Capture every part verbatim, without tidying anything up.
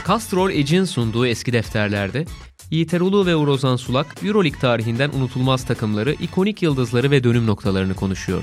Castrol Edge'in sunduğu Eski Defterler'de Yiğit Erulu ve Ozan Sulak, Euroleague tarihinden unutulmaz takımları, ikonik yıldızları ve dönüm noktalarını konuşuyor.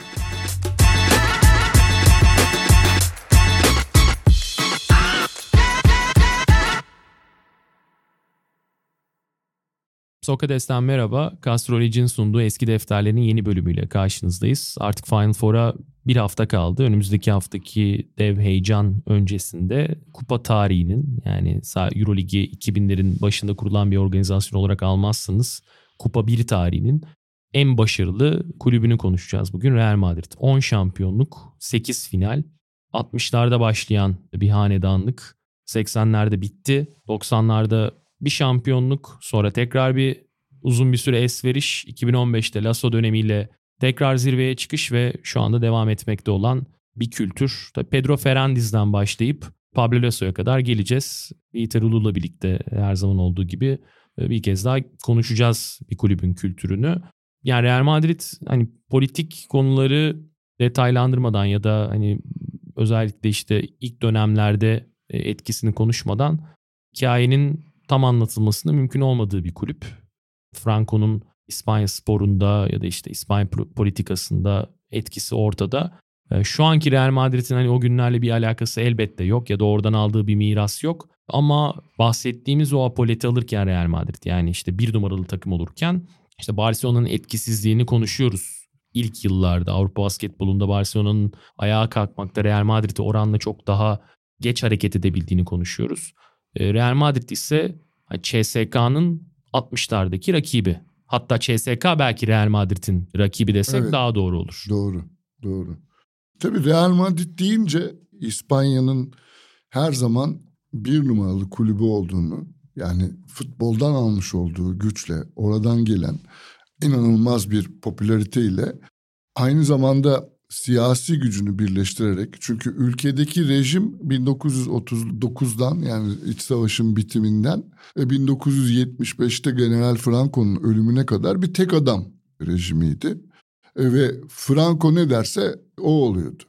Sokrates'ten merhaba. Castrol Edge'in sunduğu Eski Defterler'in yeni bölümüyle karşınızdayız. Artık Final Four'a bir hafta kaldı. Önümüzdeki haftaki dev heyecan öncesinde kupa tarihinin, yani Euroligi iki binlerin başında kurulan bir organizasyon olarak almazsanız Kupa bir tarihinin en başarılı kulübünü konuşacağız bugün. Real Madrid. on şampiyonluk, sekiz final, altmışlarda başlayan bir hanedanlık, seksenlerde bitti, doksanlarda bir şampiyonluk, sonra tekrar bir uzun bir süre es veriş, iki bin on beşte Lasso dönemiyle tekrar zirveye çıkış ve şu anda devam etmekte olan bir kültür. Tabii Pedro Ferrandiz'den başlayıp Pablo Lasso'ya kadar geleceğiz. Yiğit Erulu'yla birlikte her zaman olduğu gibi bir kez daha konuşacağız bir kulübün kültürünü. Yani Real Madrid hani politik konuları detaylandırmadan ya da hani özellikle işte ilk dönemlerde etkisini konuşmadan hikayenin tam anlatılmasının mümkün olmadığı bir kulüp. Franco'nun İspanya sporunda ya da işte İspanya politikasında etkisi ortada. Şu anki Real Madrid'in hani o günlerle bir alakası elbette yok ya da oradan aldığı bir miras yok. Ama bahsettiğimiz o apoleti alırken Real Madrid, yani işte bir numaralı takım olurken işte Barcelona'nın etkisizliğini konuşuyoruz. İlk yıllarda Avrupa basketbolunda Barcelona'nın ayağa kalkmakta Real Madrid'e oranla çok daha geç hareket edebildiğini konuşuyoruz. Real Madrid ise C S K'nın altmışlardaki rakibi. Hatta C S K belki Real Madrid'in rakibi desek evet, daha doğru olur. Doğru, doğru. Tabii Real Madrid deyince İspanya'nın her zaman bir numaralı kulübü olduğunu, yani futboldan almış olduğu güçle, oradan gelen inanılmaz bir popülariteyle, aynı zamanda siyasi gücünü birleştirerek, çünkü ülkedeki rejim bin dokuz yüz otuz dokuzdan, yani iç savaşın bitiminden bin dokuz yüz yetmiş beşte General Franco'nun ölümüne kadar bir tek adam rejimiydi. Ve Franco ne derse o oluyordu.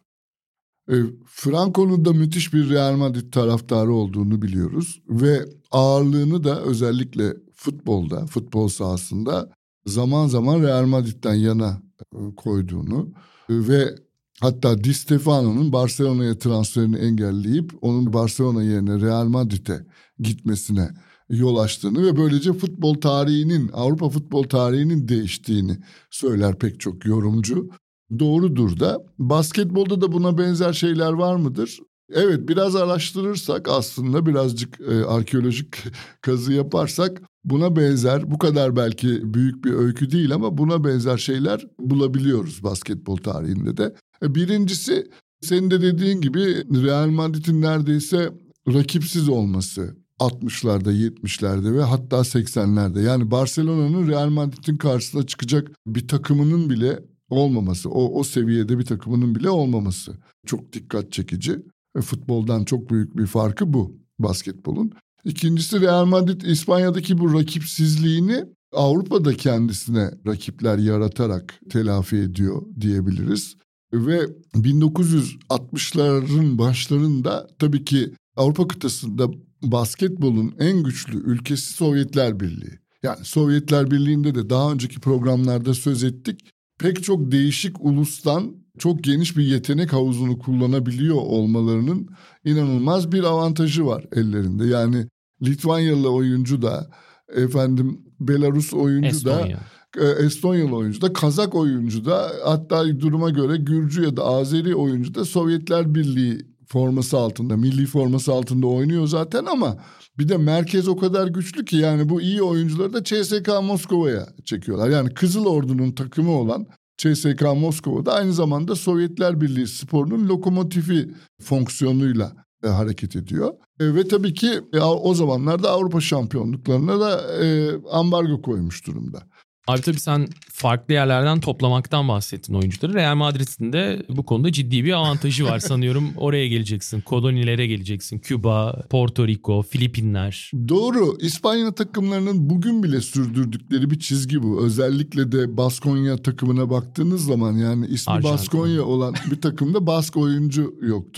Franco'nun da müthiş bir Real Madrid taraftarı olduğunu biliyoruz ve ağırlığını da özellikle futbolda, futbol sahasında zaman zaman Real Madrid'den yana koyduğunu ve hatta Di Stefano'nun Barcelona'ya transferini engelleyip onun Barcelona yerine Real Madrid'e gitmesine yol açtığını ve böylece futbol tarihinin, Avrupa futbol tarihinin değiştiğini söyler pek çok yorumcu. Doğrudur da. Basketbolda da buna benzer şeyler var mıdır? Evet, biraz araştırırsak aslında, birazcık e, arkeolojik kazı yaparsak buna benzer, bu kadar belki büyük bir öykü değil ama buna benzer şeyler bulabiliyoruz basketbol tarihinde de. E, birincisi, senin de dediğin gibi Real Madrid'in neredeyse rakipsiz olması altmışlarda, yetmişlerde ve hatta seksenlerde. Yani Barcelona'nın Real Madrid'in karşısına çıkacak bir takımının bile olmaması, o, o seviyede bir takımının bile olmaması çok dikkat çekici. E, futboldan çok büyük bir farkı bu basketbolun. İkincisi, Real Madrid İspanya'daki bu rakipsizliğini Avrupa'da kendisine rakipler yaratarak telafi ediyor diyebiliriz. Ve bin dokuz yüz altmışların başlarında tabii ki Avrupa kıtasında basketbolun en güçlü ülkesi Sovyetler Birliği. Yani Sovyetler Birliği'nde de daha önceki programlarda söz ettik. Pek çok değişik ulustan çok geniş bir yetenek havuzunu kullanabiliyor olmalarının inanılmaz bir avantajı var ellerinde. Yani Litvanyalı oyuncu da, efendim Belarus oyuncu Estonya. da, Estonyalı oyuncu da, Kazak oyuncu da, hatta duruma göre Gürcü ya da Azeri oyuncu da Sovyetler Birliği forması altında, milli forması altında oynuyor zaten, ama bir de merkez o kadar güçlü ki yani bu iyi oyuncuları da C S K Moskova'ya çekiyorlar. Yani Kızıl Ordu'nun takımı olan C S K Moskova'da aynı zamanda Sovyetler Birliği sporunun lokomotifi fonksiyonuyla e, hareket ediyor. E, ve tabii ki e, o zamanlarda Avrupa şampiyonluklarına da e, ambargo koymuş durumda. Abi tabii sen farklı yerlerden toplamaktan bahsettin oyuncuları. Real Madrid'in de bu konuda ciddi bir avantajı var sanıyorum. Oraya geleceksin, kolonilere geleceksin. Küba, Porto Rico, Filipinler. Doğru. İspanya takımlarının bugün bile sürdürdükleri bir çizgi bu. Özellikle de Baskonya takımına baktığınız zaman, yani ismi Arjantin. Baskonya olan bir takımda Bask oyuncu yoktur.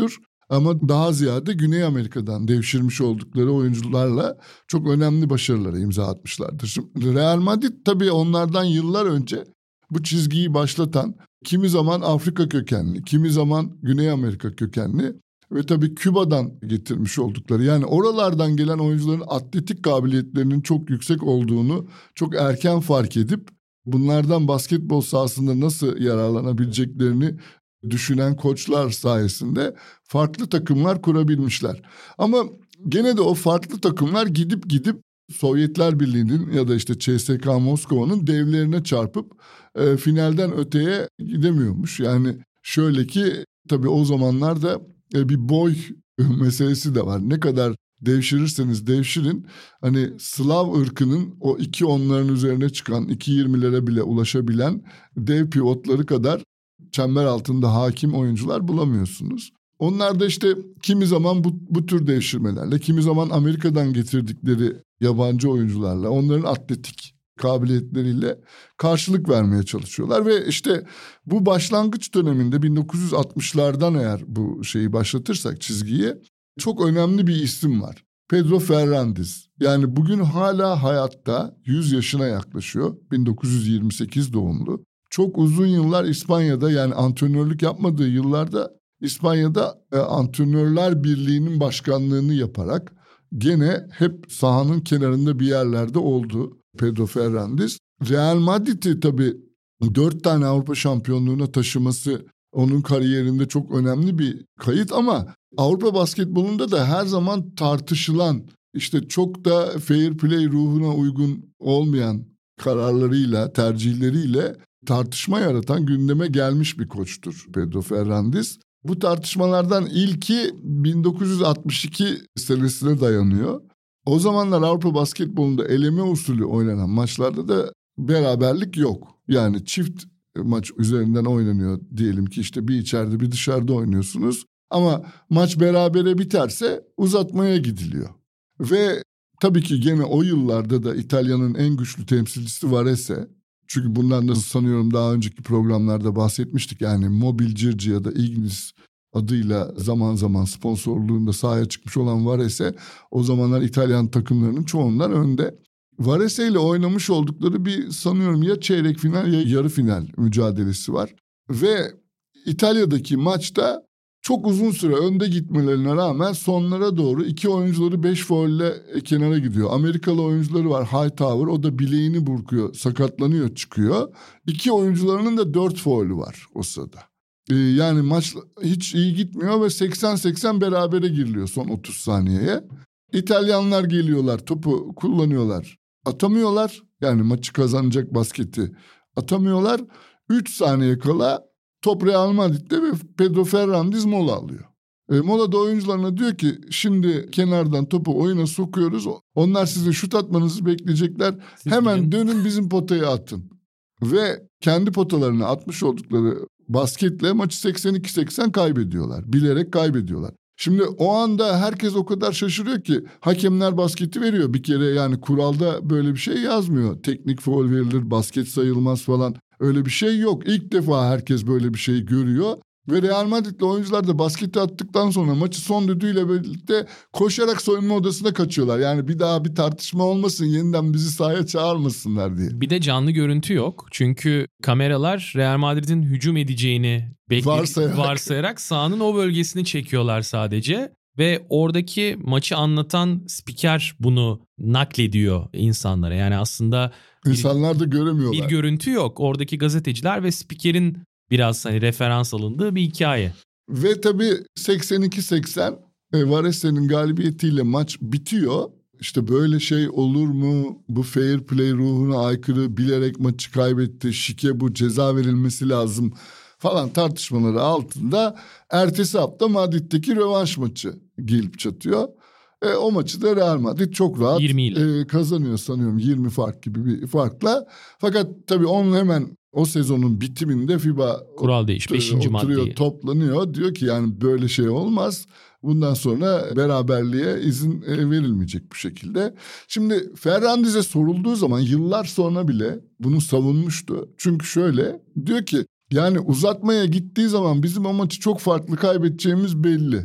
Ama daha ziyade Güney Amerika'dan devşirmiş oldukları oyuncularla çok önemli başarılara imza atmışlardır. Şimdi Real Madrid tabii onlardan yıllar önce bu çizgiyi başlatan, kimi zaman Afrika kökenli, kimi zaman Güney Amerika kökenli ve tabii Küba'dan getirmiş oldukları, yani oralardan gelen oyuncuların atletik kabiliyetlerinin çok yüksek olduğunu çok erken fark edip bunlardan basketbol sahasında nasıl yararlanabileceklerini düşünen koçlar sayesinde farklı takımlar kurabilmişler. Ama gene de o farklı takımlar gidip gidip Sovyetler Birliği'nin ya da işte C S K A Moskova'nın devlerine çarpıp e, finalden öteye gidemiyormuş. Yani şöyle ki tabii o zamanlarda e, bir boy meselesi de var. Ne kadar devşirirseniz devşirin, hani Slav ırkının o iki onların üzerine çıkan, iki yirmilere bile ulaşabilen dev pivotları kadar çember altında hakim oyuncular bulamıyorsunuz. Onlar da işte kimi zaman bu, bu tür devşirmelerle, kimi zaman Amerika'dan getirdikleri yabancı oyuncularla, onların atletik kabiliyetleriyle karşılık vermeye çalışıyorlar. Ve işte bu başlangıç döneminde bin dokuz yüz altmışlardan eğer bu şeyi başlatırsak çizgiyi, çok önemli bir isim var. Pedro Ferrandiz. Yani bugün hala hayatta, yüz yaşına yaklaşıyor. bin dokuz yüz yirmi sekiz doğumlu. Çok uzun yıllar İspanya'da, yani antrenörlük yapmadığı yıllarda İspanya'da e, Antrenörler Birliği'nin başkanlığını yaparak gene hep sahanın kenarında bir yerlerde oldu Pedro Ferrandiz. Real Madrid'i tabii dört tane Avrupa şampiyonluğuna taşıması onun kariyerinde çok önemli bir kayıt, ama Avrupa basketbolunda da her zaman tartışılan, işte çok da fair play ruhuna uygun olmayan kararlarıyla, tercihleriyle tartışma yaratan, gündeme gelmiş bir koçtur Pedro Ferrandiz. Bu tartışmalardan ilki bin dokuz yüz altmış iki senesine dayanıyor. O zamanlar Avrupa basketbolunda eleme usulü oynanan maçlarda da beraberlik yok. Yani çift maç üzerinden oynanıyor, diyelim ki işte bir içeride bir dışarıda oynuyorsunuz. Ama maç berabere biterse uzatmaya gidiliyor. Ve tabii ki gene o yıllarda da İtalya'nın en güçlü temsilcisi Varese. Çünkü bundan da sanıyorum daha önceki programlarda bahsetmiştik. Yani Mobil Circi ya da Ignis adıyla zaman zaman sponsorluğunda sahaya çıkmış olan Varese, o zamanlar İtalyan takımlarının çoğundan önde. Varese ile oynamış oldukları bir, sanıyorum ya çeyrek final ya yarı final mücadelesi var. Ve İtalya'daki maçta çok uzun süre önde gitmelerine rağmen sonlara doğru iki oyuncuları beş faulle kenara gidiyor. Amerikalı oyuncuları var, Hightower, o da bileğini burkuyor, sakatlanıyor, çıkıyor. İki oyuncularının da dört faulü var o sırada. Ee, yani maç hiç iyi gitmiyor ve seksen seksen berabere giriliyor son otuz saniyeye. İtalyanlar geliyorlar, topu kullanıyorlar, atamıyorlar. Yani maçı kazanacak basketi atamıyorlar. üç saniye kala top Real Madrid'de ve Pedro Ferrandiz mola alıyor. E, molada oyuncularına diyor ki, şimdi kenardan topu oyuna sokuyoruz. Onlar sizin şut atmanızı bekleyecekler. Siz Hemen bilin. Dönün bizim potaya atın. Ve kendi potalarına atmış oldukları basketle maçı seksen iki seksen kaybediyorlar. Bilerek kaybediyorlar. Şimdi o anda herkes o kadar şaşırıyor ki hakemler basketi veriyor. Bir kere yani kuralda böyle bir şey yazmıyor. Teknik faul verilir, basket sayılmaz falan. Öyle bir şey yok. İlk defa herkes böyle bir şey görüyor. Ve Real Madrid'li oyuncular da basketi attıktan sonra maçı son düdüğüyle birlikte koşarak soyunma odasına kaçıyorlar. Yani bir daha bir tartışma olmasın, yeniden bizi sahaya çağırmasınlar diye. Bir de canlı görüntü yok. Çünkü kameralar Real Madrid'in hücum edeceğini bekle- varsayarak. varsayarak sahanın o bölgesini çekiyorlar sadece. Ve oradaki maçı anlatan spiker bunu naklediyor insanlara. Yani aslında bir, İnsanlar da göremiyorlar. Bir görüntü yok. Oradaki gazeteciler ve spikerin biraz hani referans alındığı bir hikaye. Ve tabii seksen iki seksen e, Varese'nin galibiyetiyle maç bitiyor. İşte böyle şey olur mu? Bu fair play ruhuna aykırı, bilerek maçı kaybetti, şike bu, ceza verilmesi lazım falan tartışmaları altında ertesi hafta Madrid'deki rövanş maçı gelip çatıyor. E, o maçı da Real Madrid çok rahat e, kazanıyor sanıyorum, yirmi fark gibi bir farkla. Fakat tabii onun hemen o sezonun bitiminde FIBA kural değiş, beşinci oturuyor, maddeyi toplanıyor. Diyor ki yani böyle şey olmaz. Bundan sonra beraberliğe izin verilmeyecek bu şekilde. Şimdi Ferrandiz'e sorulduğu zaman yıllar sonra bile bunu savunmuştu. Çünkü şöyle diyor ki, yani uzatmaya gittiği zaman bizim o maçı çok farklı kaybedeceğimiz belli.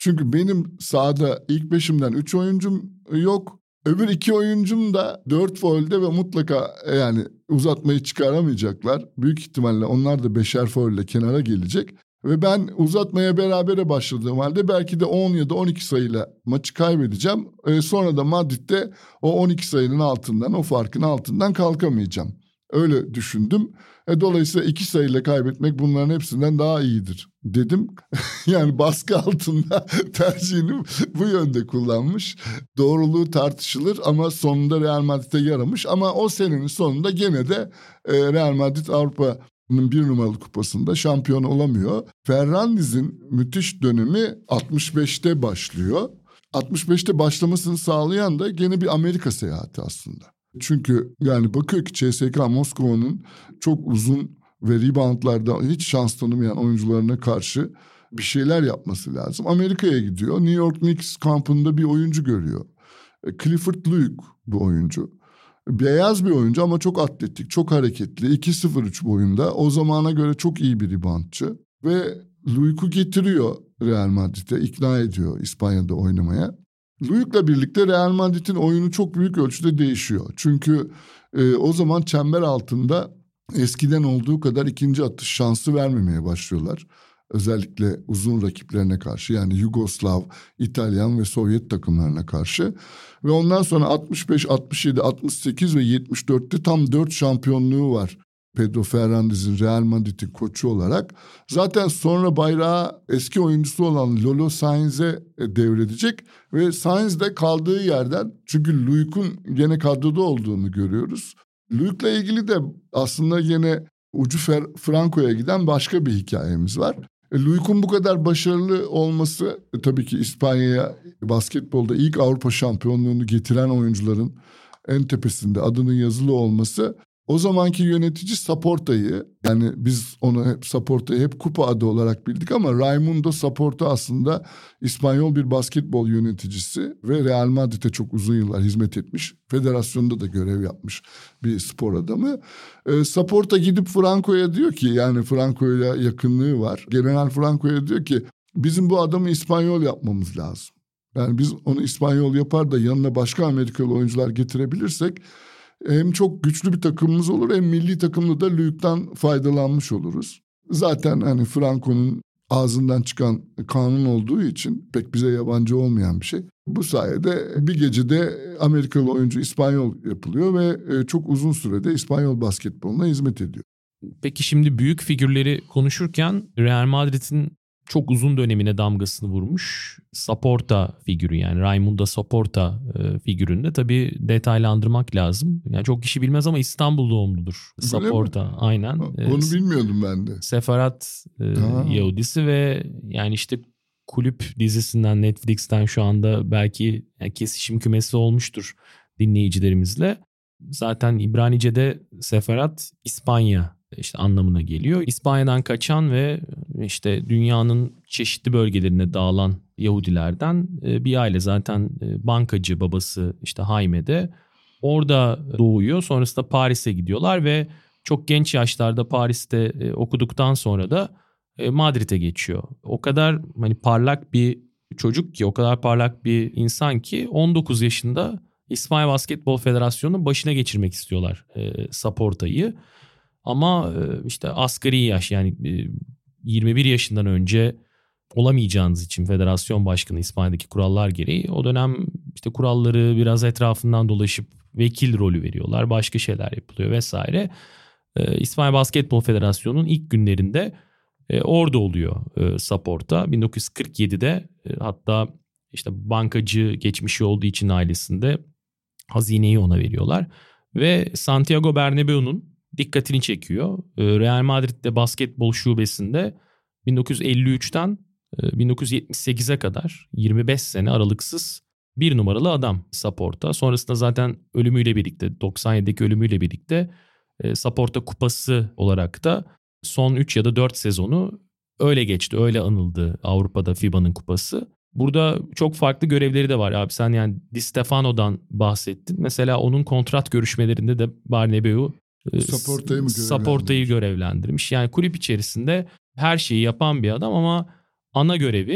Çünkü benim sahada ilk beşimden üç oyuncum yok. Öbür iki oyuncum da dört faulde ve mutlaka yani uzatmayı çıkaramayacaklar. Büyük ihtimalle onlar da beşer faulle kenara gelecek. Ve ben uzatmaya berabere başladığım halde belki de on ya da on iki sayıyla maçı kaybedeceğim. Ee, sonra da Madrid'de o on iki sayının altından, o farkın altından kalkamayacağım. Öyle düşündüm. E, dolayısıyla iki sayıyla kaybetmek bunların hepsinden daha iyidir dedim. Yani baskı altında tercihini bu yönde kullanmış. Doğruluğu tartışılır ama sonunda Real Madrid'e yaramış. Ama o senenin sonunda gene de e, Real Madrid Avrupa'nın bir numaralı kupasında şampiyon olamıyor. Ferrandiz'in müthiş dönemi altmış beşte başlıyor. altmış beşte başlamasını sağlayan da gene bir Amerika seyahati aslında. Çünkü yani bakıyor ki C S K A Moskova'nın çok uzun ve reboundlarda hiç şans tanımayan oyuncularına karşı bir şeyler yapması lazım. Amerika'ya gidiyor. New York Knicks kampında bir oyuncu görüyor. Clifford Luke bu oyuncu. Beyaz bir oyuncu ama çok atletik, çok hareketli. iki sıfır üç boyunda. O zamana göre çok iyi bir reboundçı. Ve Luke'u getiriyor Real Madrid'e, ikna ediyor İspanya'da oynamaya. Luke'la birlikte Real Madrid'in oyunu çok büyük ölçüde değişiyor. Çünkü e, o zaman çember altında eskiden olduğu kadar ikinci atış şansı vermemeye başlıyorlar. Özellikle uzun rakiplerine karşı, yani Yugoslav, İtalyan ve Sovyet takımlarına karşı. Ve ondan sonra altmış beş, altmış yedi, altmış sekiz ve yetmiş dörtte tam dört şampiyonluğu var Pedro Ferrandiz'in Real Madrid'in koçu olarak. Zaten sonra bayrağı eski oyuncusu olan Lolo Sainz'e devredecek ve Sainz de kaldığı yerden, çünkü Luke'un gene kadroda olduğunu görüyoruz. Luke'la ilgili de aslında yine ucu Franco'ya giden başka bir hikayemiz var. Luke'un bu kadar başarılı olması e, tabii ki İspanya'ya basketbolda ilk Avrupa şampiyonluğunu getiren oyuncuların en tepesinde adının yazılı olması. O zamanki yönetici Saporta'yı, yani biz onu hep Saporta'yı hep kupa adı olarak bildik ama Raimundo Saporta aslında İspanyol bir basketbol yöneticisi ve Real Madrid'e çok uzun yıllar hizmet etmiş. Federasyonda da görev yapmış bir spor adamı. E, Saporta gidip Franco'ya diyor ki, yani Franco'yla yakınlığı var. General Franco'ya diyor ki bizim bu adamı İspanyol yapmamız lazım. Yani biz onu İspanyol yapar da yanına başka Amerikalı oyuncular getirebilirsek hem çok güçlü bir takımımız olur hem milli takımda da Luke'dan faydalanmış oluruz. Zaten hani Franco'nun ağzından çıkan kanun olduğu için pek bize yabancı olmayan bir şey. Bu sayede bir gecede Amerikalı oyuncu İspanyol yapılıyor ve çok uzun sürede İspanyol basketboluna hizmet ediyor. Peki şimdi büyük figürleri konuşurken Real Madrid'in çok uzun dönemine damgasını vurmuş Saporta figürü, yani Raimundo Saporta e, figüründe tabii detaylandırmak lazım. Yani çok kişi bilmez ama İstanbul doğumludur Saporta. Aynen. Onu e, bilmiyordum ben de. Sefarat e, Yahudisi ve yani işte Kulüp dizisinden, Netflix'ten şu anda belki yani kesişim kümesi olmuştur dinleyicilerimizle. Zaten İbranice'de Sefarat İspanya işte anlamına geliyor. İspanya'dan kaçan ve işte dünyanın çeşitli bölgelerine dağılan Yahudilerden bir aile, zaten bankacı babası işte Jaime'de orada doğuyor. Sonrasında Paris'e gidiyorlar ve çok genç yaşlarda Paris'te okuduktan sonra da Madrid'e geçiyor. O kadar hani parlak bir çocuk ki, o kadar parlak bir insan ki on dokuz yaşında İspanya Basketbol Federasyonu'nun başına geçirmek istiyorlar Saporta'yı. Ama işte asgari yaş, yani yirmi bir yaşından önce olamayacağınız için federasyon başkanı İspanya'daki kurallar gereği o dönem işte kuralları biraz etrafından dolaşıp vekil rolü veriyorlar. Başka şeyler yapılıyor vesaire. İspanya Basketbol Federasyonu'nun ilk günlerinde orada oluyor Saporta. bin dokuz yüz kırk yedide hatta işte bankacı geçmişi olduğu için ailesinde hazineyi ona veriyorlar. Ve Santiago Bernabéu'nun dikkatini çekiyor. Real Madrid'de basketbol şubesinde bin dokuz yüz elli üçten bin dokuz yüz yetmiş sekize kadar yirmi beş sene aralıksız bir numaralı adam Saporta. Sonrasında zaten ölümüyle birlikte, doksan yedideki ölümüyle birlikte Saporta Kupası olarak da son üç ya da dört sezonu öyle geçti, öyle anıldı Avrupa'da F I B A'nın kupası. Burada çok farklı görevleri de var abi. Sen yani Di Stefano'dan bahsettin. Mesela onun kontrat görüşmelerinde de Bernabéu Saporta'yı mı Saporta'yı görevlendirmiş. Yani kulüp içerisinde her şeyi yapan bir adam ama ana görevi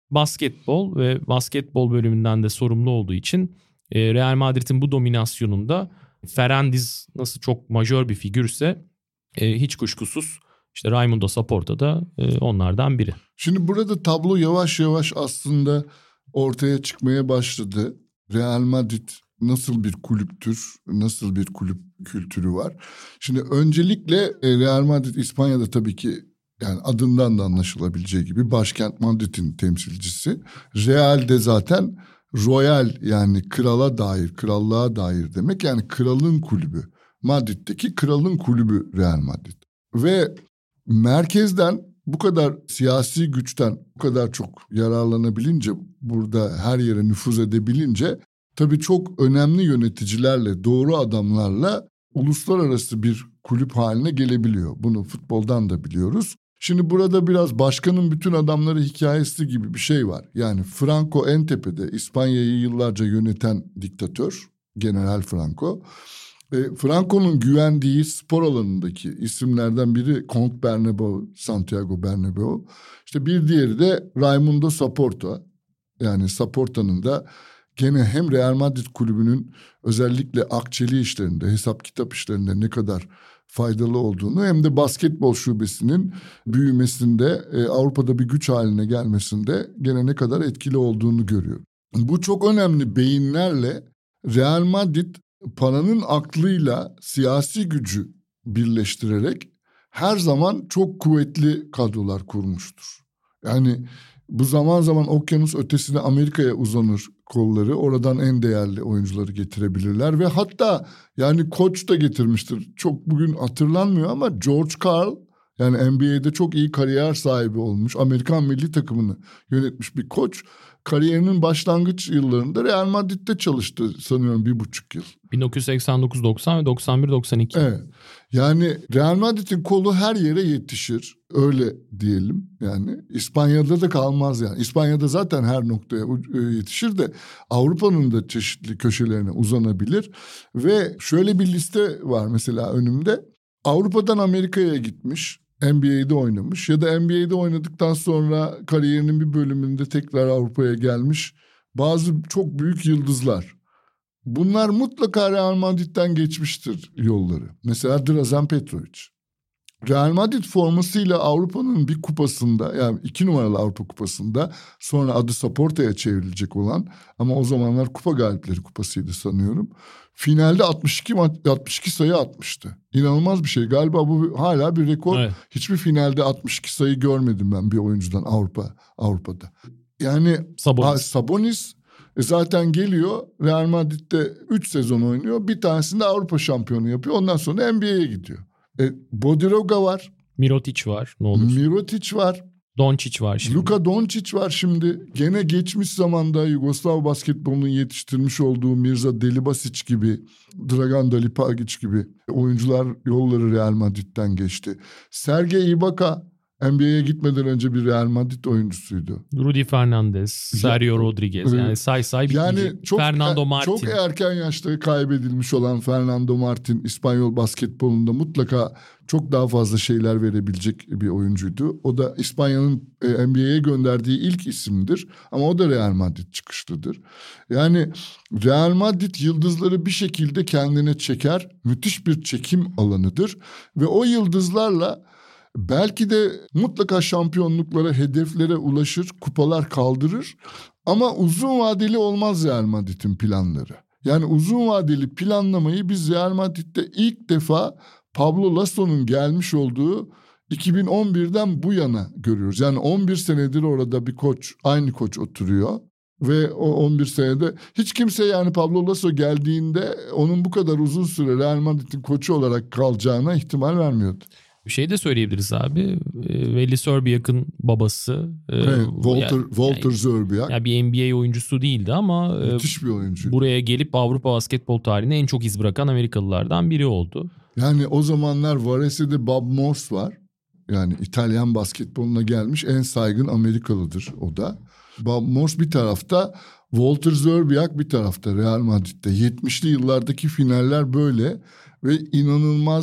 basketbol ve basketbol bölümünden de sorumlu olduğu için Real Madrid'in bu dominasyonunda Fernández nasıl çok majör bir figürse hiç kuşkusuz işte Raimundo Saporta da onlardan biri. Şimdi burada tablo yavaş yavaş aslında ortaya çıkmaya başladı. Real Madrid nasıl bir kulüptür, nasıl bir kulüp kültürü var. Şimdi öncelikle Real Madrid İspanya'da tabii ki yani adından da anlaşılabileceği gibi başkent Madrid'in temsilcisi. Real'de zaten royal yani krala dair, krallığa dair demek yani kralın kulübü. Madrid'deki kralın kulübü Real Madrid. Ve merkezden bu kadar siyasi güçten bu kadar çok yararlanabilince, burada her yere nüfuz edebilince tabii çok önemli yöneticilerle, doğru adamlarla uluslararası bir kulüp haline gelebiliyor. Bunu futboldan da biliyoruz. Şimdi burada biraz başkanın bütün adamları hikayesi gibi bir şey var. Yani Franco en tepede, İspanya'yı yıllarca yöneten diktatör, General Franco. E, Franco'nun güvendiği spor alanındaki isimlerden biri Count Bernabéu, Santiago Bernabéu. İşte bir diğeri de Raimundo Saporta. Yani Saporta'nın da gene hem Real Madrid kulübünün özellikle akçeli işlerinde, hesap kitap işlerinde ne kadar faydalı olduğunu hem de basketbol şubesinin büyümesinde, e, Avrupa'da bir güç haline gelmesinde gene ne kadar etkili olduğunu görüyor. Bu çok önemli beyinlerle Real Madrid paranın aklıyla siyasi gücü birleştirerek her zaman çok kuvvetli kadrolar kurmuştur. Yani bu zaman zaman okyanus ötesine Amerika'ya uzanır kolları. Oradan en değerli oyuncuları getirebilirler ve hatta yani koç da getirmiştir. Çok bugün hatırlanmıyor ama George Karl yani N B A'de çok iyi kariyer sahibi olmuş. Amerikan milli takımını yönetmiş bir koç. Kariyerinin başlangıç yıllarında Real Madrid'de çalıştı sanıyorum bir buçuk yıl. bin dokuz yüz seksen dokuz doksan ve doksan bir doksan iki. Evet. Yani Real Madrid'in kolu her yere yetişir. Öyle diyelim yani. İspanya'da da kalmaz yani. İspanya'da zaten her noktaya yetişir de Avrupa'nın da çeşitli köşelerine uzanabilir. Ve şöyle bir liste var mesela önümde. Avrupa'dan Amerika'ya gitmiş. N B A'de oynamış ya da N B A'de oynadıktan sonra kariyerinin bir bölümünde tekrar Avrupa'ya gelmiş bazı çok büyük yıldızlar. Bunlar mutlaka Real Madrid'den geçmiştir yolları. Mesela Drazen Petrovic. Real Madrid formasıyla Avrupa'nın bir kupasında yani iki numaralı Avrupa kupasında sonra adı Saporta'ya çevrilecek olan ama o zamanlar kupa galipleri kupasıydı sanıyorum. Finalde altmış iki, altmış iki sayı atmıştı. İnanılmaz bir şey. Galiba bu hala bir rekor. Evet. Hiçbir finalde altmış iki sayı görmedim ben bir oyuncudan Avrupa Avrupa'da. Yani Sabonis, Sabonis e zaten geliyor Real Madrid'de üç sezon oynuyor. Bir tanesinde Avrupa şampiyonu yapıyor. Ondan sonra N B A'ye gidiyor. E, Bodiroga var. Mirotic var. Ne olur. Mirotic var. Doncic var şimdi. Luka Doncic var şimdi. Gene geçmiş zamanda Yugoslav basketbolunun yetiştirmiş olduğu Mirza Delibasic gibi, Dragan Dalipagic gibi oyuncular yolları Real Madrid'den geçti. Sergej Ibaka N B A'ye gitmeden önce bir Real Madrid oyuncusuydu. Rudy Fernandez, Sergio Rodriguez yani say say bitmeyecek. Yani çok, Fernando er, Martin. Çok erken yaşta kaybedilmiş olan Fernando Martin İspanyol basketbolunda mutlaka çok daha fazla şeyler verebilecek bir oyuncuydu. O da İspanya'nın N B A'ye gönderdiği ilk isimdir ama o da Real Madrid çıkışlıdır. Yani Real Madrid yıldızları bir şekilde kendine çeker, müthiş bir çekim alanıdır ve o yıldızlarla belki de mutlaka şampiyonluklara, hedeflere ulaşır, kupalar kaldırır ama uzun vadeli olmaz Real Madrid'in planları. Yani uzun vadeli planlamayı biz Real Madrid'de ilk defa Pablo Lasso'nun gelmiş olduğu iki bin on birden bu yana görüyoruz. Yani on bir senedir orada bir koç, aynı koç oturuyor. Ve o on bir senede hiç kimse yani Pablo Lasso geldiğinde onun bu kadar uzun süre Real Madrid'in koçu olarak kalacağına ihtimal vermiyordu. Bir şey de söyleyebiliriz abi. Veli Srbiak'ın babası. Evet, Walter, yani, Walter Srbiak. Yani bir N B A oyuncusu değildi ama müthiş bir oyuncu. Buraya gelip Avrupa basketbol tarihine en çok iz bırakan Amerikalılardan biri oldu. Yani o zamanlar Varese'de Bob Morse var. Yani İtalyan basketboluna gelmiş en saygın Amerikalıdır o da. Bob Morse bir tarafta, Walter Srbiak bir tarafta Real Madrid'de. yetmişli yıllardaki finaller böyle ve inanılmaz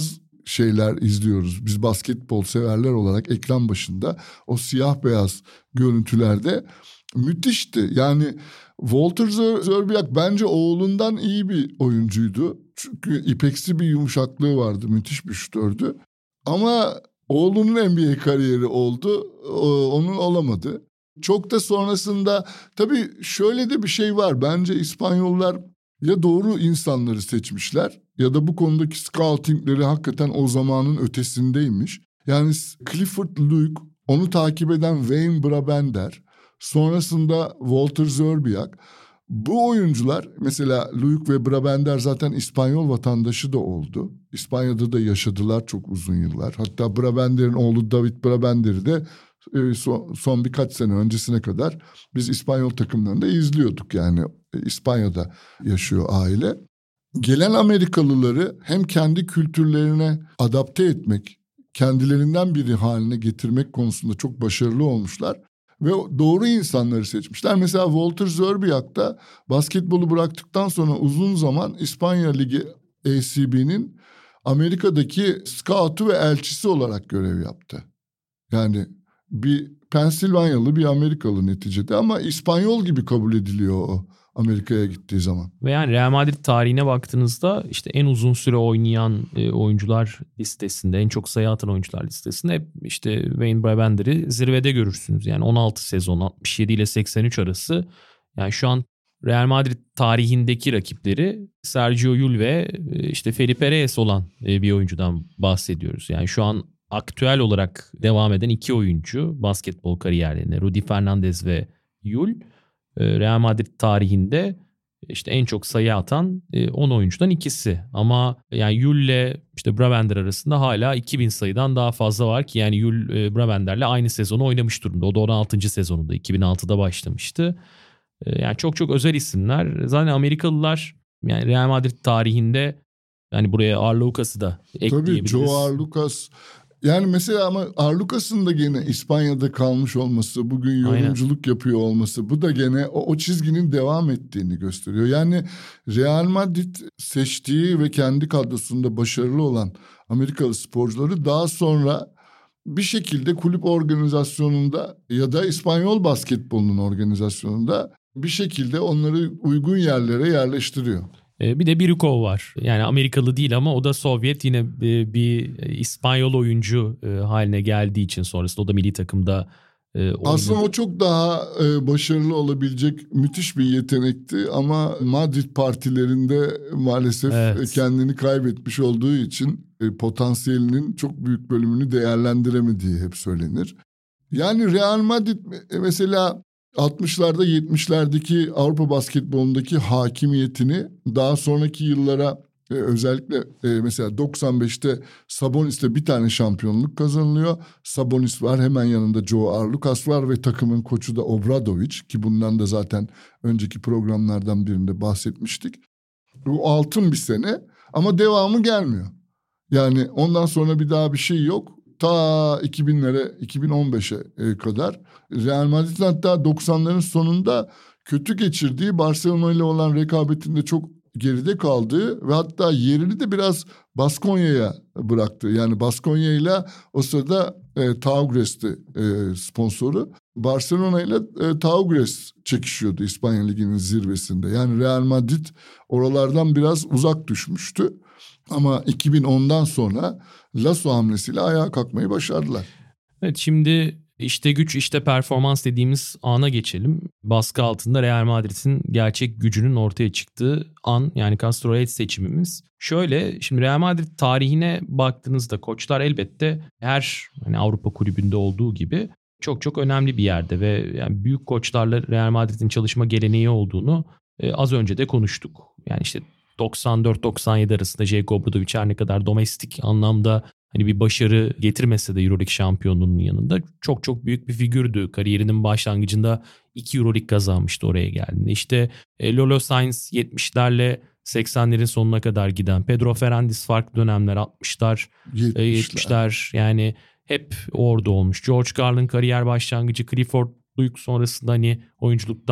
şeyler izliyoruz. Biz basketbol severler olarak ekran başında o siyah beyaz görüntülerde müthişti. Yani Walter Zerbiak bence oğlundan iyi bir oyuncuydu. Çünkü ipeksi bir yumuşaklığı vardı. Müthiş bir şutördü. Ama oğlunun N B A kariyeri oldu. Onun olamadı. Çok da sonrasında tabii şöyle de bir şey var. Bence İspanyollar ya doğru insanları seçmişler ya da bu konudaki scoutingleri hakikaten o zamanın ötesindeymiş. Yani Clifford Luke, onu takip eden Wayne Brabender, sonrasında Walter Zerbiak. Bu oyuncular, mesela Luke ve Brabender zaten İspanyol vatandaşı da oldu. İspanya'da da yaşadılar çok uzun yıllar. Hatta Brabender'in oğlu David Brabender'i de son, son birkaç sene öncesine kadar biz İspanyol takımlarında izliyorduk. Yani İspanya'da yaşıyor aile. Gelen Amerikalıları hem kendi kültürlerine adapte etmek, kendilerinden biri haline getirmek konusunda çok başarılı olmuşlar. Ve doğru insanları seçmişler. Mesela Walter Zerbiak da basketbolu bıraktıktan sonra uzun zaman İspanya Ligi A C B'nin Amerika'daki scout'u ve elçisi olarak görev yaptı. Yani bir Pensilvanyalı bir Amerikalı neticede ama İspanyol gibi kabul ediliyor o Amerika'ya gittiği zaman. Ve yani Real Madrid tarihine baktığınızda işte en uzun süre oynayan e, oyuncular listesinde, en çok sayı atan oyuncular listesinde hep işte Wayne Brabender'i zirvede görürsünüz. Yani on altı sezon, altmış yedi ile seksen üç arası. Yani şu an Real Madrid tarihindeki rakipleri Sergio Llull ve e, işte Felipe Reyes olan e, bir oyuncudan bahsediyoruz. Yani şu an aktüel olarak devam eden iki oyuncu basketbol kariyerlerinde, Rudy Fernandez ve Llull, Real Madrid tarihinde işte en çok sayı atan on oyuncudan ikisi. Ama yani Llull ile işte Brabender arasında hala iki bin sayıdan daha fazla var ki yani Llull Brabender'le aynı sezonu oynamış durumda. O da on altıncı sezonunda, iki bin altıda başlamıştı. Yani çok çok özel isimler. Zaten Amerikalılar yani Real Madrid tarihinde, yani buraya Arlukas'ı da ekleyebiliriz. Tabii Joe Arlukas. Yani mesela ama Arlukas'ın da gene İspanya'da kalmış olması, bugün yorumculuk Aynen. yapıyor olması, bu da gene o, o çizginin devam ettiğini gösteriyor. Yani Real Madrid seçtiği ve kendi kadrosunda başarılı olan Amerikalı sporcuları daha sonra bir şekilde kulüp organizasyonunda ya da İspanyol basketbolunun organizasyonunda bir şekilde onları uygun yerlere yerleştiriyor. Bir de Birukov var. Yani Amerikalı değil ama o da Sovyet, yine bir İspanyol oyuncu haline geldiği için sonrasında o da milli takımda oynadı. Aslında o çok daha başarılı olabilecek müthiş bir yetenekti ama Madrid partilerinde maalesef evet. kendini kaybetmiş olduğu için potansiyelinin çok büyük bölümünü değerlendiremediği hep söylenir. Yani Real Madrid mesela altmışlarda yetmişlerdeki Avrupa basketbolundaki hakimiyetini daha sonraki yıllara e, özellikle e, mesela doksan beşte Sabonis'le bir tane şampiyonluk kazanılıyor. Sabonis var, hemen yanında Joe Arlukas var ve takımın koçu da Obradovic, ki bundan da zaten önceki programlardan birinde bahsetmiştik. Bu altın bir sene ama devamı gelmiyor. Yani ondan sonra bir daha bir şey yok. Ta iki binlere, iki bin on beşe kadar Real Madrid hatta doksanların sonunda kötü geçirdiği, Barcelona ile olan rekabetinde çok geride kaldığı ve hatta yerini de biraz Baskonya'ya bıraktı. Yani Baskonya ile o sırada e, Taugres'ti e, sponsoru. Barcelona ile e, Taugres çekişiyordu İspanya Ligi'nin zirvesinde. Yani Real Madrid oralardan biraz uzak düşmüştü. Ama iki bin ondan sonra Lasso hamlesiyle ayağa kalkmayı başardılar. Evet, şimdi işte güç işte performans dediğimiz ana geçelim. Baskı altında Real Madrid'in gerçek gücünün ortaya çıktığı an, yani Castro Reyes seçimimiz. Şöyle, şimdi Real Madrid tarihine baktığınızda koçlar elbette her hani Avrupa kulübünde olduğu gibi çok çok önemli bir yerde ve yani büyük koçlarla Real Madrid'in çalışma geleneği olduğunu e, az önce de konuştuk. Yani işte doksan dört doksan yedi arasında Željko Obradović her ne kadar domestik anlamda hani bir başarı getirmese de Euroleague şampiyonluğunun yanında çok çok büyük bir figürdü. Kariyerinin başlangıcında iki Euroleague kazanmıştı oraya geldiğinde. İşte e, Lolo Sainz yetmişlerle seksenlerin sonuna kadar giden, Pedro Fernández farklı dönemler altmışlar, yetmişler. yetmişler yani hep orada olmuş. George Karl'ın kariyer başlangıcı, Clifford Luke sonrasında hani oyunculuktan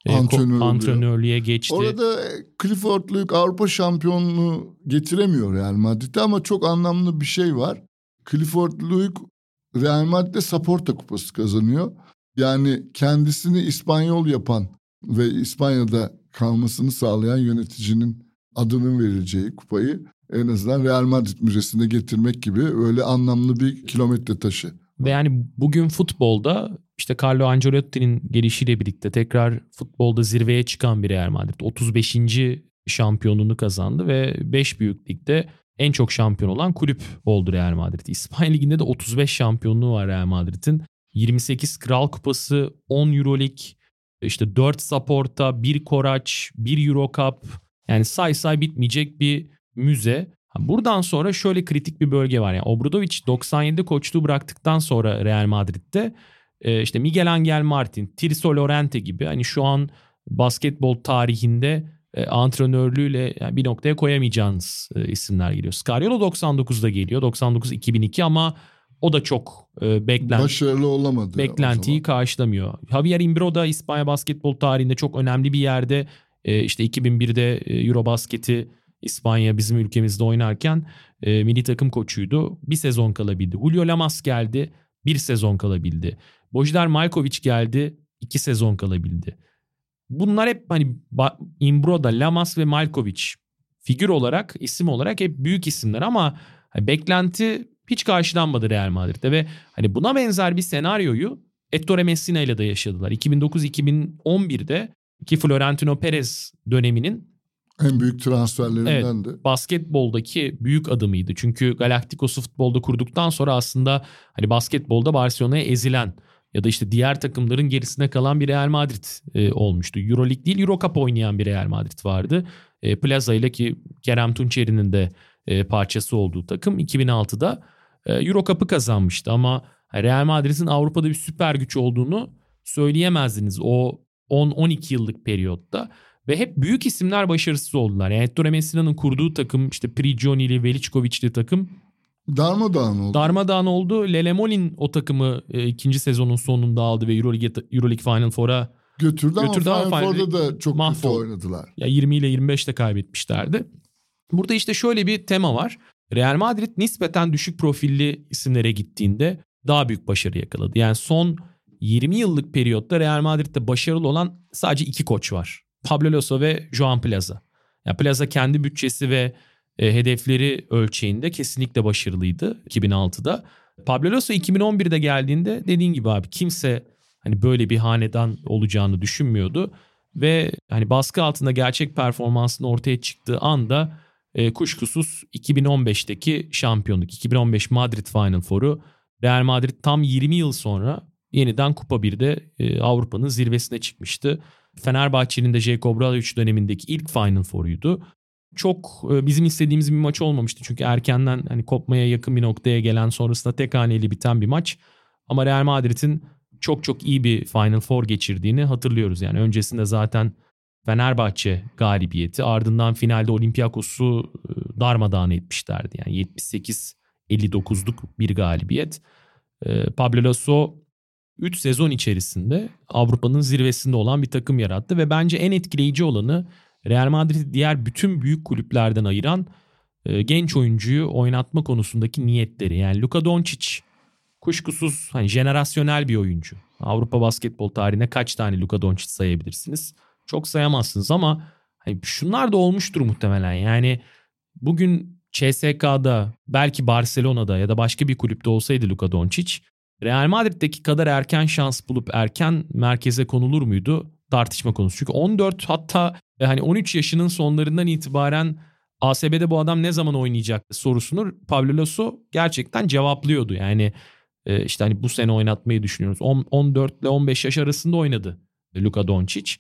e, Antrenör antrenörlüğe geçti. Orada Clifford Luke Avrupa şampiyonluğu getiremiyor Real Madrid'e ama çok anlamlı bir şey var. Clifford Luke Real Madrid'de Saporta Kupası kazanıyor. Yani kendisini İspanyol yapan ve İspanya'da kalmasını sağlayan yöneticinin adının verileceği kupayı en azından Real Madrid Müzesi'ne getirmek gibi öyle anlamlı bir kilometre taşı. Ve yani bugün futbolda işte Carlo Ancelotti'nin gelişiyle birlikte tekrar futbolda zirveye çıkan bir Real Madrid. otuz beşinci şampiyonluğunu kazandı ve beş büyük ligde en çok şampiyon olan kulüp oldu Real Madrid. İspanya Ligi'nde de otuz beş şampiyonluğu var Real Madrid'in. yirmi sekiz Kral Kupası, on Euroleague, işte dört Saporta, bir Koraç, bir Euro Cup. Yani say say bitmeyecek bir müze. Buradan sonra şöyle kritik bir bölge var. Yani Obradovic doksan yedide koçluğu bıraktıktan sonra Real Madrid'de işte Miguel Angel Martin, Tirso Lorente gibi hani şu an basketbol tarihinde antrenörlüğüyle yani bir noktaya koyamayacağınız isimler geliyor. Scariolo doksan dokuzda geliyor. doksan dokuz iki bin iki ama o da çok beklenti, başarılı olamadı. Beklentiyi karşılamıyor. Javier Imbro da İspanya basketbol tarihinde çok önemli bir yerde. İşte iki bin birde Eurobasket'i İspanya bizim ülkemizde oynarken e, milli takım koçuydu. Bir sezon kalabildi. Julio Lamas geldi. Bir sezon kalabildi. Božidar Maljković geldi. iki sezon kalabildi. Bunlar hep hani Imbroda, Lamas ve Maljković figür olarak, isim olarak hep büyük isimler ama hani beklenti hiç karşılanmadı Real Madrid'de ve hani buna benzer bir senaryoyu Ettore Messina ile de yaşadılar. iki bin dokuz iki bin on birde ki Florentino Perez döneminin en büyük transferlerinden de. Evet, basketboldaki büyük adımıydı. Çünkü Galacticos'u futbolda kurduktan sonra aslında hani basketbolda Barcelona'ya ezilen ya da işte diğer takımların gerisine kalan bir Real Madrid e, olmuştu. Euroleague değil, Euro Cup oynayan bir Real Madrid vardı. E, Plaza ile ki Kerem Tunçeri'nin de e, parçası olduğu takım iki bin altıda e, Euro Cup'ı kazanmıştı ama Real Madrid'in Avrupa'da bir süper güç olduğunu söyleyemezdiniz o on on iki yıllık periyotta. Ve hep büyük isimler başarısız oldular. Yani Ettore Messina'nın kurduğu takım işte Prigioni'li, Veličković'li takım darmadağın oldu. Darmadağın oldu. Lele Molin o takımı e, ikinci sezonun sonunda aldı ve Euroleague, Euroleague Final Four'a götürdü, götürdü ama ama Final Four'da da çok mahvoldu. kötü oynadılar. Ya yirmi ile yirmi beşte kaybetmişlerdi. Burada işte şöyle bir tema var. Real Madrid nispeten düşük profilli isimlere gittiğinde daha büyük başarı yakaladı. Yani son yirmi yıllık periyotta Real Madrid'de başarılı olan sadece iki koç var. Pablo Laso ve Joan Plaza. Yani Plaza kendi bütçesi ve e, hedefleri ölçeğinde kesinlikle başarılıydı iki bin altıda. Pablo Laso iki bin on birde geldiğinde dediğin gibi abi kimse hani böyle bir hanedan olacağını düşünmüyordu. Ve hani baskı altında gerçek performansının ortaya çıktığı anda e, kuşkusuz iki bin on beşteki şampiyonluk, iki bin on beş Madrid Final Four'u Real Madrid tam yirmi yıl sonra yeniden Kupa birde e, Avrupa'nın zirvesine çıkmıştı. Fenerbahçe'nin de Željko Obradović dönemindeki ilk Final Four'uydu. Çok e, bizim istediğimiz bir maç olmamıştı. Çünkü erkenden hani kopmaya yakın bir noktaya gelen sonrasında tek haneli biten bir maç. Ama Real Madrid'in çok çok iyi bir Final Four geçirdiğini hatırlıyoruz. Yani öncesinde zaten Fenerbahçe galibiyeti, ardından finalde Olympiakos'u e, darmadağın etmişlerdi. Yani yetmiş sekiz elli dokuzluk bir galibiyet. E, Pablo Laso üç sezon içerisinde Avrupa'nın zirvesinde olan bir takım yarattı ve bence en etkileyici olanı Real Madrid'i diğer bütün büyük kulüplerden ayıran e, genç oyuncuyu oynatma konusundaki niyetleri. Yani Luka Doncic kuşkusuz hani jenerasyonel bir oyuncu. Avrupa basketbol tarihine kaç tane Luka Doncic sayabilirsiniz? Çok sayamazsınız ama hani şunlar da olmuştur muhtemelen. Yani bugün C S K'da belki Barcelona'da ya da başka bir kulüpte olsaydı Luka Doncic Real Madrid'deki kadar erken şans bulup erken merkeze konulur muydu? Tartışma konusu. Çünkü on dört hatta hani on üç yaşının sonlarından itibaren A S B'de bu adam ne zaman oynayacak sorusunu Pablo Laso gerçekten cevaplıyordu. Yani işte hani bu sene oynatmayı düşünüyoruz. on dört ile on beş yaş arasında oynadı Luka Doncic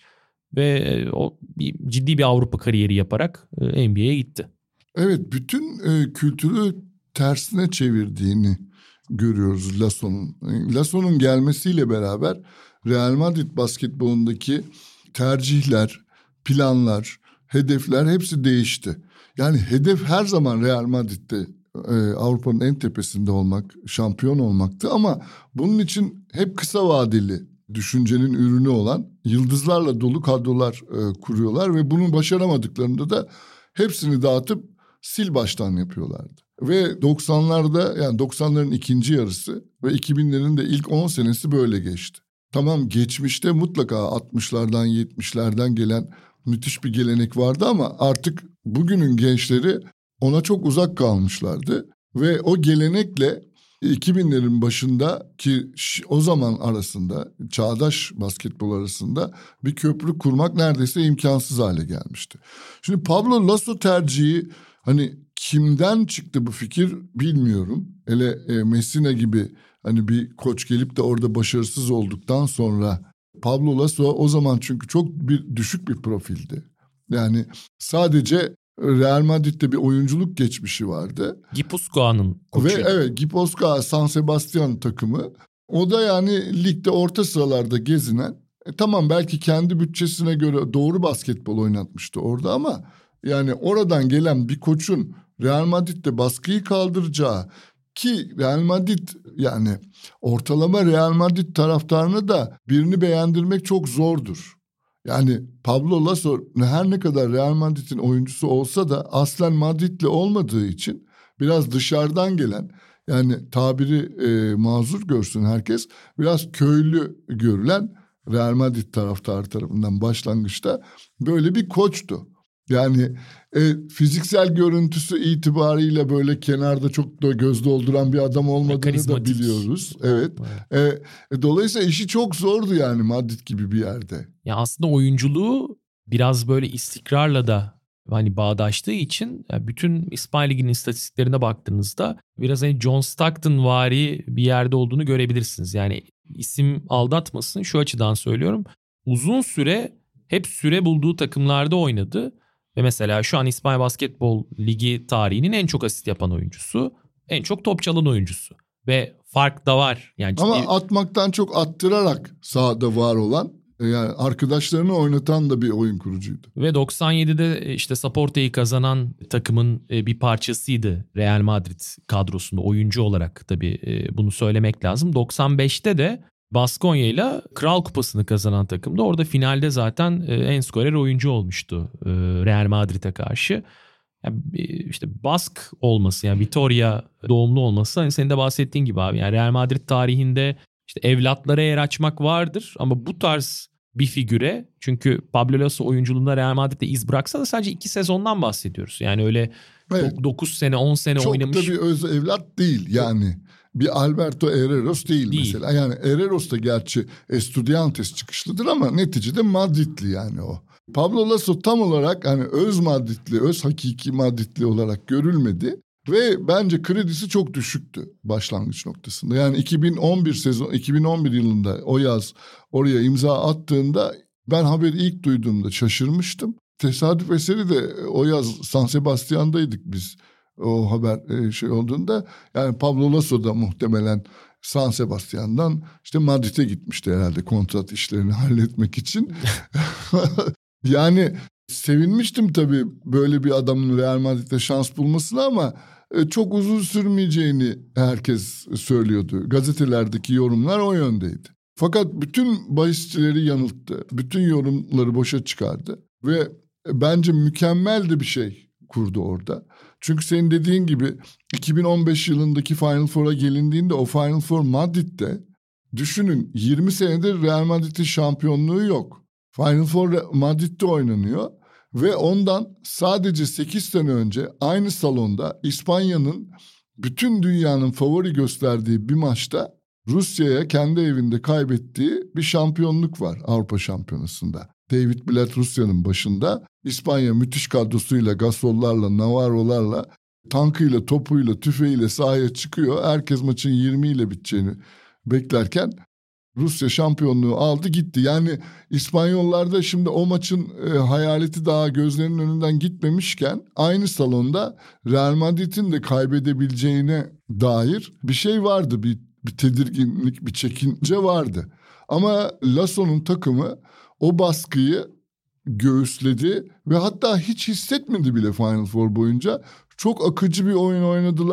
ve o bir, ciddi bir Avrupa kariyeri yaparak N B A'ye gitti. Evet, bütün e, kültürü tersine çevirdiğini görüyoruz Lasso'nun. Lasso'nun gelmesiyle beraber Real Madrid basketbolundaki tercihler, planlar, hedefler hepsi değişti. Yani hedef her zaman Real Madrid'de e, Avrupa'nın en tepesinde olmak, şampiyon olmaktı ama bunun için hep kısa vadeli düşüncenin ürünü olan yıldızlarla dolu kadrolar e, kuruyorlar ve bunu başaramadıklarında da hepsini dağıtıp sil baştan yapıyorlardı. Ve doksanlarda yani doksanların ikinci yarısı ve iki binlerin de ilk on senesi böyle geçti. Tamam, geçmişte mutlaka altmışlardan yetmişlerden gelen müthiş bir gelenek vardı ama artık bugünün gençleri ona çok uzak kalmışlardı. Ve o gelenekle iki binlerin başında ki o zaman arasında çağdaş basketbol arasında bir köprü kurmak neredeyse imkansız hale gelmişti. Şimdi Pablo Laso tercihi hani kimden çıktı bu fikir bilmiyorum. Hele e, Messina gibi hani bir koç gelip de orada başarısız olduktan sonra Pablo Laso o zaman çünkü çok bir düşük bir profildi. Yani sadece Real Madrid'de bir oyunculuk geçmişi vardı. Gipuzkoa'nın koçu. Ve evet, Gipuzkoa San Sebastian takımı. O da yani ligde orta sıralarda gezinen, e, tamam belki kendi bütçesine göre doğru basketbol oynatmıştı orada ama yani oradan gelen bir koçun Real Madrid'de baskıyı kaldıracağı, ki Real Madrid yani ortalama Real Madrid taraftarını da birini beğendirmek çok zordur. Yani Pablo Laso her ne kadar Real Madrid'in oyuncusu olsa da aslen Madridli olmadığı için biraz dışarıdan gelen, yani tabiri e, mazur görsün herkes, biraz köylü görülen Real Madrid taraftarı tarafından başlangıçta böyle bir koçtu. Yani e, fiziksel görüntüsü itibariyle böyle kenarda çok da göz dolduran bir adam olmadığını da biliyoruz. Evet. E, e, dolayısıyla işi çok zordu yani Madrid gibi bir yerde. Ya aslında oyunculuğu biraz böyle istikrarla da hani bağdaştığı için yani bütün İspanya Ligi'nin istatistiklerine baktığınızda biraz hani John Stockton vari bir yerde olduğunu görebilirsiniz. Yani isim aldatmasın, şu açıdan söylüyorum. Uzun süre hep süre bulduğu takımlarda oynadı. Ve mesela şu an İspanya Basketbol Ligi tarihinin en çok asist yapan oyuncusu, en çok top çalan oyuncusu. Ve fark da var. Yani ciddi... Ama atmaktan çok attırarak sahada var olan, yani arkadaşlarını oynatan da bir oyun kurucuydu. Ve doksan yedide işte Saporta'yı kazanan takımın bir parçasıydı Real Madrid kadrosunda oyuncu olarak, tabii bunu söylemek lazım. doksan beşte de Baskonya ile Kral Kupası'nı kazanan takımda, orada finalde zaten en skorer oyuncu olmuştu Real Madrid'e karşı. Yani işte Bask olması, yani Vitoria doğumlu olması, hani senin de bahsettiğin gibi abi, yani Real Madrid tarihinde işte evlatlara yer açmak vardır ama bu tarz bir figüre, çünkü Pablo Laso oyunculuğunda Real Madrid'de iz bıraksa da sadece iki sezondan bahsediyoruz. Yani öyle evet, dokuz sene on sene çok oynamış. Çok da bir öz evlat değil yani. Bir Alberto Herreros değil, değil mesela. Yani Herreros da gerçi Estudiantes çıkışlıdır ama neticede Madridli yani o. Pablo Laso tam olarak hani öz Madridli, öz hakiki Madridli olarak görülmedi. Ve bence kredisi çok düşüktü başlangıç noktasında. Yani iki bin on bir sezon, iki bin on bir yılında o yaz oraya imza attığında ben haberi ilk duyduğumda şaşırmıştım. Tesadüf eseri de o yaz San Sebastian'daydık biz. O haber şey olduğunda, yani Pablo Laso da muhtemelen San Sebastian'dan işte Madrid'e gitmişti herhalde kontrat işlerini halletmek için. Yani sevinmiştim tabii böyle bir adamın Real Madrid'de şans bulmasına ama çok uzun sürmeyeceğini herkes söylüyordu. Gazetelerdeki yorumlar o yöndeydi. Fakat bütün bahisçileri yanılttı. Bütün yorumları boşa çıkardı ve bence mükemmel de bir şey kurdu orada. Çünkü senin dediğin gibi iki bin on beş yılındaki Final Four'a gelindiğinde o Final Four Madrid'de, düşünün yirmi senedir Real Madrid'in şampiyonluğu yok. Final Four Madrid'de oynanıyor ve ondan sadece sekiz sene önce aynı salonda İspanya'nın bütün dünyanın favori gösterdiği bir maçta Rusya'ya kendi evinde kaybettiği bir şampiyonluk var Avrupa Şampiyonası'nda. David Blatt Rusya'nın başında, İspanya müthiş kadrosuyla, Gasol'larla, Navarro'larla, tankıyla, topuyla, tüfeğiyle sahaya çıkıyor. Herkes maçın yirmi ile biteceğini beklerken Rusya şampiyonluğu aldı gitti. Yani İspanyollar da şimdi o maçın e, hayaleti daha gözlerinin önünden gitmemişken aynı salonda Real Madrid'in de kaybedebileceğine dair bir şey vardı. Bir, bir tedirginlik, bir çekince vardı. Ama Lasso'nun takımı o baskıyı göğüsledi ve hatta hiç hissetmedi bile Final Four boyunca. Çok akıcı bir oyun oynadılar.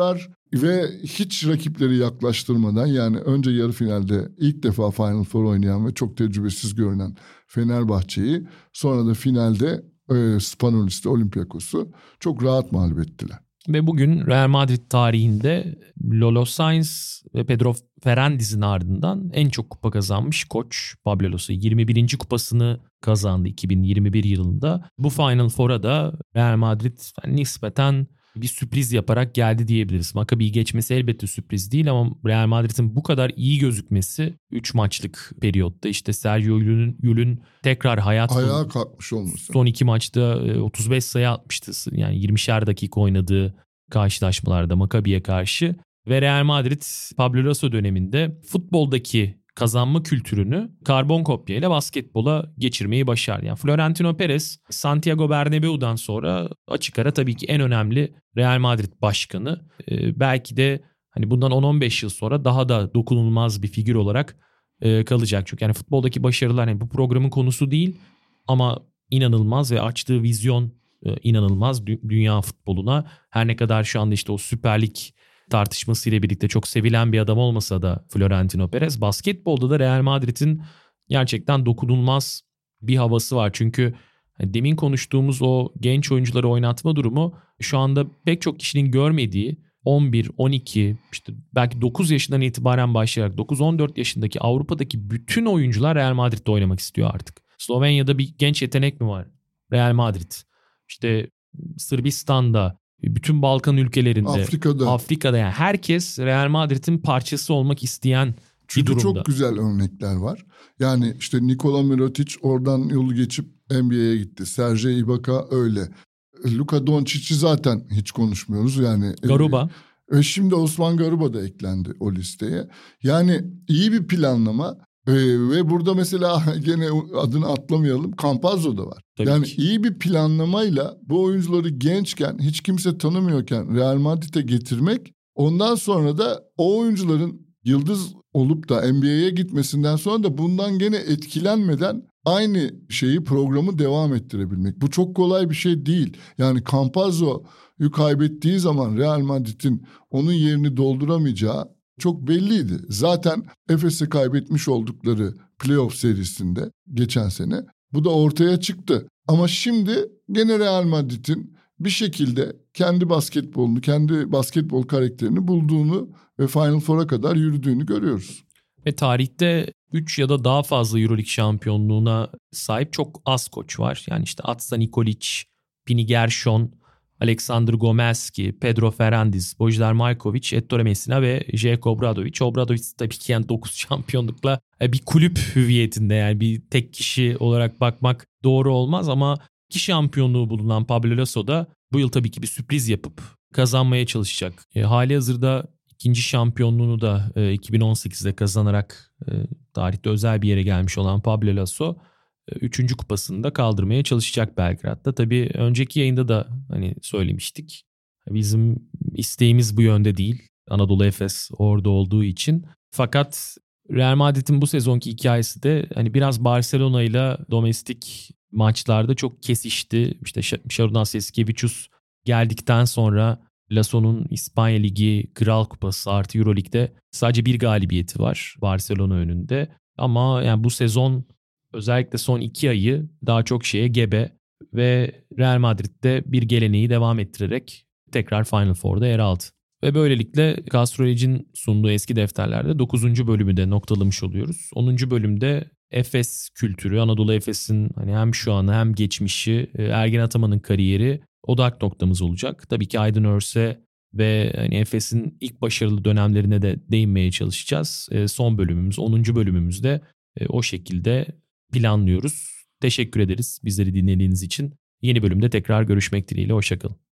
Ve hiç rakipleri yaklaştırmadan, yani önce yarı finalde ilk defa Final Four oynayan ve çok tecrübesiz görünen Fenerbahçe'yi, sonra da finalde e, Spanoulis'te Olympiakos'u çok rahat mağlup ettiler. Ve bugün Real Madrid tarihinde Lolo Sainz ve Pedro Ferrandiz'in ardından en çok kupa kazanmış koç Pablo Laso. yirmi birinci kupasını kazandı iki bin yirmi bir yılında. Bu Final Four'a da Real Madrid yani nispeten bir sürpriz yaparak geldi diyebiliriz. Maccabi'yi geçmesi elbette sürpriz değil ama Real Madrid'in bu kadar iyi gözükmesi üç maçlık periyotta, işte Sergio Llull'ün, Llull'ün tekrar hayat ayağa kalkmış olması. Son iki maçta otuz beş sayı atmıştı. Yani yirmişer dakika oynadığı karşılaşmalarda Maccabi'ye karşı. Ve Real Madrid Pablo Laso döneminde futboldaki kazanma kültürünü karbon kopya ile basketbola geçirmeyi başardı. Yani Florentino Perez, Santiago Bernabéu'dan sonra açık ara tabii ki en önemli Real Madrid başkanı. Ee, belki de hani bundan on on beş yıl sonra daha da dokunulmaz bir figür olarak e, kalacak. Çünkü yani futboldaki başarılar yani bu programın konusu değil ama inanılmaz ve açtığı vizyon e, inanılmaz dü- dünya futboluna. Her ne kadar şu anda işte o Süper Lig tartışmasıyla birlikte çok sevilen bir adam olmasa da Florentino Perez, basketbolda da Real Madrid'in gerçekten dokunulmaz bir havası var. Çünkü demin konuştuğumuz o genç oyuncuları oynatma durumu şu anda pek çok kişinin görmediği on bir, on iki, işte belki dokuz yaşından itibaren başlayarak dokuz on dört yaşındaki Avrupa'daki bütün oyuncular Real Madrid'de oynamak istiyor artık. Slovenya'da bir genç yetenek mi var? Real Madrid. İşte Sırbistan'da, bütün Balkan ülkelerinde, Afrika'da, Afrika'da yani herkes Real Madrid'in parçası olmak isteyen çünkü bir durumda. Çok güzel örnekler var. Yani işte Nikola Mirotic oradan yolu geçip N B A'ye gitti. Serge Ibaka öyle. Luka Doncic'i zaten hiç konuşmuyoruz. Yani Garuba. Ve şimdi Osman Garuba da eklendi o listeye. Yani iyi bir planlama. Ee, ve burada mesela gene adını atlamayalım, Campazzo da var. Tabii yani ki. iyi bir planlamayla bu oyuncuları gençken, hiç kimse tanımıyorken Real Madrid'e getirmek, ondan sonra da o oyuncuların yıldız olup da N B A'ye gitmesinden sonra da bundan gene etkilenmeden aynı şeyi, programı devam ettirebilmek. Bu çok kolay bir şey değil. Yani Campazzo'yu kaybettiği zaman Real Madrid'in onun yerini dolduramayacağı çok belliydi. Zaten Efes'e kaybetmiş oldukları playoff serisinde geçen sene bu da ortaya çıktı. Ama şimdi gene Real Madrid'in bir şekilde kendi basketbolunu, kendi basketbol karakterini bulduğunu ve Final Four'a kadar yürüdüğünü görüyoruz. Ve tarihte üç ya da daha fazla Euroleague şampiyonluğuna sahip çok az koç var. Yani işte Atsa Nikolic, Pini Gershon, Aleksandr Gomelski, Pedro Ferrandiz, Bojdar Maljković, Ettore Messina ve Željko Obradović. Obradović tabii ki yani dokuz şampiyonlukla bir kulüp hüviyetinde, yani bir tek kişi olarak bakmak doğru olmaz ama iki şampiyonluğu bulunan Pablo Laso da bu yıl tabii ki bir sürpriz yapıp kazanmaya çalışacak. E, hali hazırda ikinci şampiyonluğunu da e, iki bin on sekizde kazanarak e, tarihte özel bir yere gelmiş olan Pablo Laso üçüncü kupasını da kaldırmaya çalışacak Belgrad'da. Tabii önceki yayında da hani söylemiştik. Bizim isteğimiz bu yönde değil. Anadolu Efes orada olduğu için. Fakat Real Madrid'in bu sezonki hikayesi de hani biraz Barcelona ile domestik maçlarda çok kesişti. İşte Šarūnas Jasikevičius geldikten sonra Laso'nun İspanya Ligi Kral Kupası artı Euroleague'de sadece bir galibiyeti var Barcelona önünde. Ama yani bu sezon özellikle son iki ayı daha çok şeye gebe ve Real Madrid'de bir geleneği devam ettirerek tekrar Final Four'da yer aldı. Ve böylelikle Gastroleg'in sunduğu eski defterlerde dokuzuncu bölümü de noktalamış oluyoruz. onuncu bölümde Efes kültürü, Anadolu Efes'in hani hem şu anı hem geçmişi, Ergen Ataman'ın kariyeri odak noktamız olacak. Tabii ki Aydın Örse ve hani Efes'in ilk başarılı dönemlerine de değinmeye çalışacağız. Son bölümümüz, onuncu bölümümüzde o şekilde planlıyoruz. Teşekkür ederiz bizleri dinlediğiniz için. Yeni bölümde tekrar görüşmek dileğiyle. Hoşça kalın.